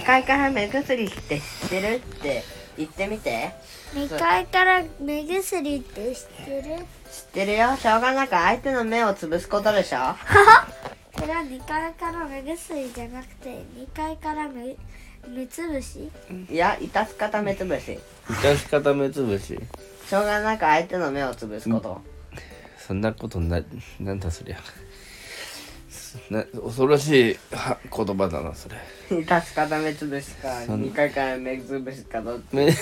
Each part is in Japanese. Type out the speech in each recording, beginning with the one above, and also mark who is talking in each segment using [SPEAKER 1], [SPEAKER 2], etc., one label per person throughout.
[SPEAKER 1] 階から目薬って知ってるって言ってみて。
[SPEAKER 2] 2階から目薬って知ってる？
[SPEAKER 1] 知ってるよ。しょうがなく相手の目を潰すことでしょ。
[SPEAKER 2] これは2階から目薬じゃなくて2階から目つぶし？
[SPEAKER 1] いや、致し方目潰し。
[SPEAKER 3] 致し方目つぶし。
[SPEAKER 1] しょうがなく相手の目を潰すこと。
[SPEAKER 3] そんなことない。なんだそりゃ。恐ろしい言葉だなそれ。
[SPEAKER 1] 致し方目つぶしか2階から目つぶしかどっち。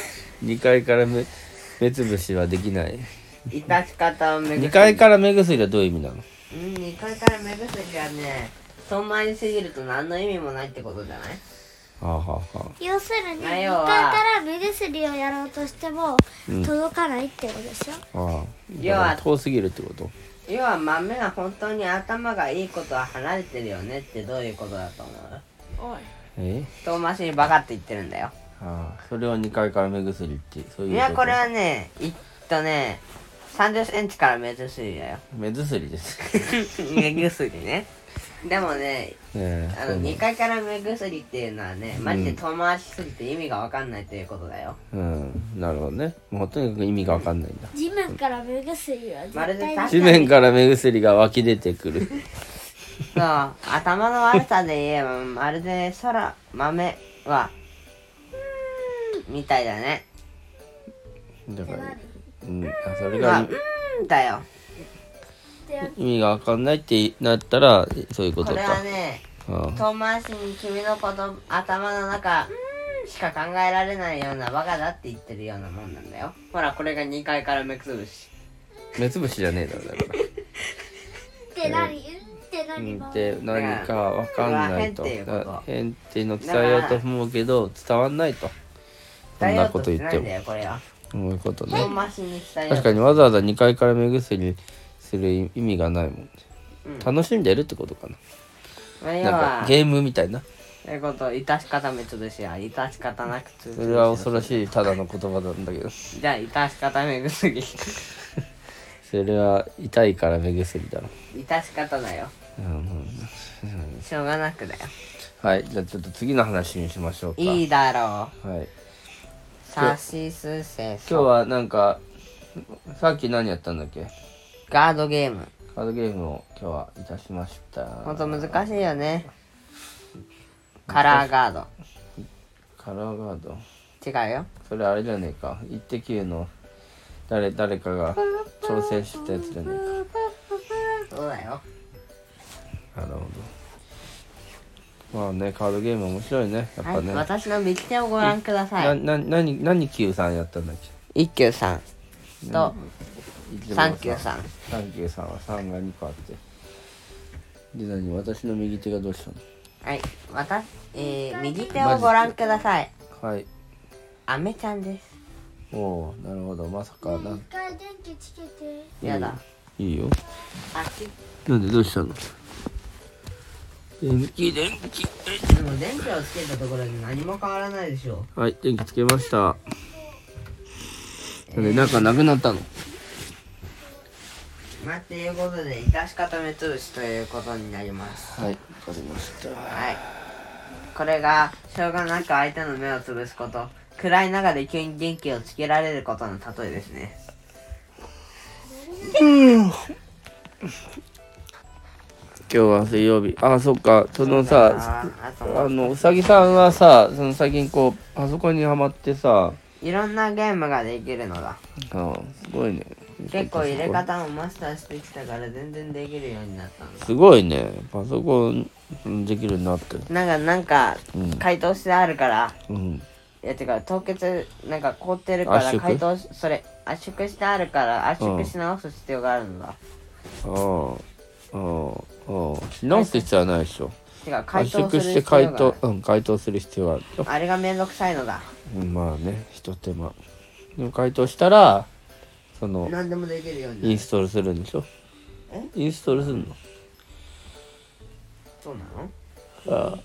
[SPEAKER 3] 2階から目つぶしはできない。
[SPEAKER 1] 致し方目薬。
[SPEAKER 3] 2階から目薬はどういう意味なの
[SPEAKER 1] ？2階から目薬はね、遠回りすぎると何の意味もないってことじゃない？
[SPEAKER 2] 要するに2階
[SPEAKER 1] 要は
[SPEAKER 2] から目薬をやろうとしても届かないってことでしょ。
[SPEAKER 3] 要は遠すぎるってこと？
[SPEAKER 1] 要は豆が本当に頭がいいことは離れてるよねってどういうことだと思う？
[SPEAKER 2] おい。
[SPEAKER 1] 遠回しにバカって言ってるんだよ。
[SPEAKER 3] それを2階から目薬ってそういうこと？
[SPEAKER 1] いや、これはね、30センチから目薬だよ。
[SPEAKER 3] 目薬です。
[SPEAKER 1] 目薬ね。でもね、2階から目薬っていうのはね、マジで遠回しすぎて意味が分かんないということだよ。
[SPEAKER 3] なるほどね。もうとにかく意味が分かんないんだ。
[SPEAKER 2] 地面から目薬は絶対に
[SPEAKER 3] 地面から目薬が湧き出てくる。
[SPEAKER 1] そう、頭の悪さで言えば、まるで豆は、みたいだね。
[SPEAKER 3] だから、それが
[SPEAKER 1] だよ。
[SPEAKER 3] 意味が分かんないってなったらそういうことか。
[SPEAKER 1] これはね、遠回しに君の頭の中しか考えられないようなバカだって言ってるようなもんなんだよ。ほら、これが2階から目つぶし。
[SPEAKER 3] 目つぶしじゃねえだろだから。
[SPEAKER 2] って何
[SPEAKER 3] って何か分かんないと。変っていうの伝えようと思うけど伝わんないと。そんなこと言っても。そういうことね。確かにわざわざ2階から目薬する意味がないもん。楽しんでるってことかな。なんかゲームみたいな。
[SPEAKER 1] そういうこと、致し方目つぶしや致し方なくつぶし。
[SPEAKER 3] それは恐ろしいただの言葉なんだけど。
[SPEAKER 1] じゃあ致し方目薬。
[SPEAKER 3] それは痛いから目薬だろ。
[SPEAKER 1] 致し方だよ。しょうがなくだよ。
[SPEAKER 3] はい、じゃあちょっと次の話にしましょうか。
[SPEAKER 1] いいだろう。
[SPEAKER 3] はい。
[SPEAKER 1] さしすせ
[SPEAKER 3] 今日はなんかさっき何やったんだっけ？
[SPEAKER 1] ガードゲーム。
[SPEAKER 3] カードゲームを今日はいたしました。
[SPEAKER 1] ほんと難しいよね。カラーガード。
[SPEAKER 3] カラーガード。
[SPEAKER 1] 違うよ。
[SPEAKER 3] それあれじゃねえか。イッテ Q の誰かが挑戦したやつじゃねえ
[SPEAKER 1] か。そうだよ。
[SPEAKER 3] なるほど。まあね、カードゲーム面白いね。やっぱね。
[SPEAKER 1] 私の右手をご覧ください。
[SPEAKER 3] 何 Q さんやったんだっ
[SPEAKER 1] け？1 Q さんと3 Q さん。
[SPEAKER 3] 3 Q さんは3が2個あって。で私の右手がどうしたの？
[SPEAKER 1] はい、右手をご覧ください。
[SPEAKER 3] はい。
[SPEAKER 1] アメちゃんです。
[SPEAKER 3] おお、なるほど。まさかな。
[SPEAKER 2] 一回電気つけて。
[SPEAKER 1] やだ。
[SPEAKER 3] いいよ。なんでどうしたの？電気。
[SPEAKER 1] でも電気をつけたところで何も変わらないでしょ。
[SPEAKER 3] はい、電気つけました。なんかなくなったの？
[SPEAKER 1] っていうことで致し方目つぶしということになります。
[SPEAKER 3] はい、わかりました。
[SPEAKER 1] はい。これがしょうがなく相手の目をつぶすこと、暗い中で急に電気をつけられることの例えですね。
[SPEAKER 3] 今日は水曜日。そっか。そのさ、うさぎさんはさ、その最近こうパソコンにはまってさ、
[SPEAKER 1] いろんなゲームができるのだ。
[SPEAKER 3] すごいね。
[SPEAKER 1] 結構入れ方もマスターしてきたから全然できるようになったんだ。
[SPEAKER 3] すごいね。パソコンできるようになってる。
[SPEAKER 1] なんか解凍してあるから。
[SPEAKER 3] い
[SPEAKER 1] や違う、凍結なんか凍ってるから解凍圧縮してあるから圧縮し直す必要があるんだ。
[SPEAKER 3] し直す必要はないでしょ。
[SPEAKER 1] 違う、解凍する
[SPEAKER 3] 必要がある。解凍する必要がある。
[SPEAKER 1] あれがめんどくさいのだ。
[SPEAKER 3] まあね、ひと手間。でも解凍したら
[SPEAKER 1] 何でもできるようになる。
[SPEAKER 3] インストールするんでしょ？インストールするの？
[SPEAKER 1] そうなの？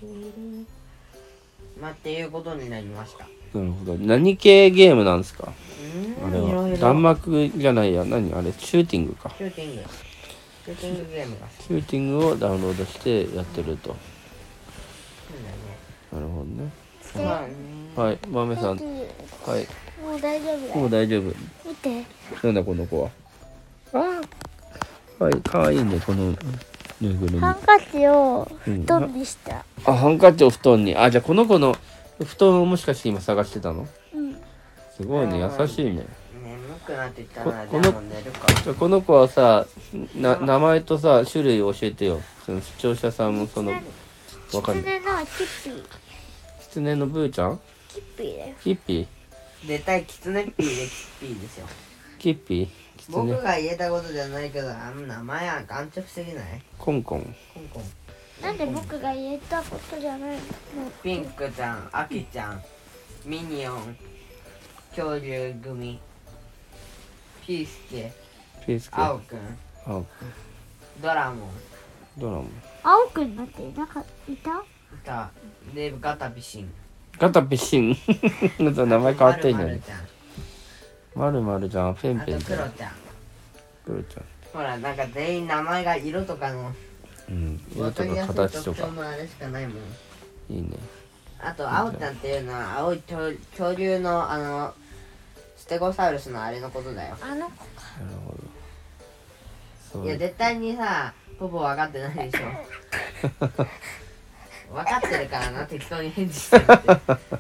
[SPEAKER 1] っていうことになりました。
[SPEAKER 3] なるほど。何系ゲームなんですか？あれは
[SPEAKER 1] いろいろ
[SPEAKER 3] 弾幕じゃないや。何あれ？シューティングか。
[SPEAKER 1] シューティングゲームが
[SPEAKER 3] シューティングをダウンロードしてやってると。
[SPEAKER 1] そうだね。
[SPEAKER 3] なるほどね。 はい、豆さん。はい。
[SPEAKER 2] もう大丈夫だよ。
[SPEAKER 3] もう大丈夫。
[SPEAKER 2] 見て。
[SPEAKER 3] なんだこの子は。はい、可愛いね、このぬいぐるみ。
[SPEAKER 2] ハンカチを布団にした。
[SPEAKER 3] あ、ハンカチを布団に。あ、じゃあこの子の布団をもしかして今探してたの？
[SPEAKER 2] うん。
[SPEAKER 3] すごいね、優しいね。
[SPEAKER 1] 眠くなってきたな、じゃあもう寝るか。
[SPEAKER 3] この子はさ、名前とさ、種類教えてよ。その視聴者さんもその、わかる。
[SPEAKER 2] キツネのキッピー。
[SPEAKER 3] キツネのブーちゃん？
[SPEAKER 2] キッピーだよ。
[SPEAKER 3] キッピー？
[SPEAKER 1] 絶対キツネッピーでキッピーですよ。
[SPEAKER 3] キッピー？
[SPEAKER 1] 僕が言えたことじゃないけど、あの名前は安直すぎない？
[SPEAKER 3] コンコン。
[SPEAKER 1] コンコン。
[SPEAKER 2] なんで僕が言えたことじゃないの？
[SPEAKER 1] ピンクちゃん、アキちゃん、ミニオン、恐竜組、ピースケ、アオくん、ドラモン、
[SPEAKER 2] 青くんだっていた？
[SPEAKER 1] いた。で、ガタピシン。
[SPEAKER 3] ガタピシン。名前変わってんじゃん。まるまるちゃん、ペンペン
[SPEAKER 1] ちゃん。あとクロちゃん。
[SPEAKER 3] クロちゃん。
[SPEAKER 1] ほら、なんか全員名前が色とかの、
[SPEAKER 3] 色とか形とか。
[SPEAKER 1] あれしかないもん。
[SPEAKER 3] いいね。あ
[SPEAKER 1] と、アオちゃんっていうのは、青い恐竜のステゴサウルスのあれのことだよ。
[SPEAKER 2] あの子か。
[SPEAKER 3] なるほど。
[SPEAKER 1] いや、絶対にさ、ポポ分かってないでしょ。分かってるからな、適当に返事してるって。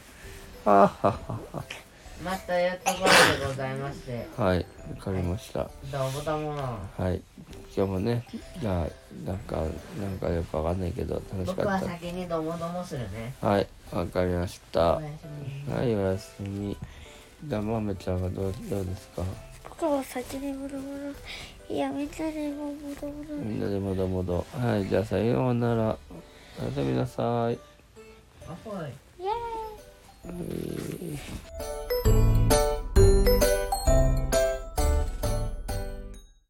[SPEAKER 1] まあ、というところでございまして。
[SPEAKER 3] はい、わかりました。
[SPEAKER 1] どうもどうも。
[SPEAKER 3] はい、今日もね、じゃあ、なんかよくわかんないけど、楽しかった。
[SPEAKER 1] 僕は先にどもどもするね。
[SPEAKER 3] はい、わかりました。
[SPEAKER 1] おやすみ。
[SPEAKER 3] はい、おやすみ。じゃあ、まめちゃんはどうですか？
[SPEAKER 2] 僕は先にもどもど。いや、みんなでももどもど。
[SPEAKER 3] みんなでもどもど。はい、じゃあ、さようなら。おやすみなさい。
[SPEAKER 1] あほい。
[SPEAKER 2] イエーイ。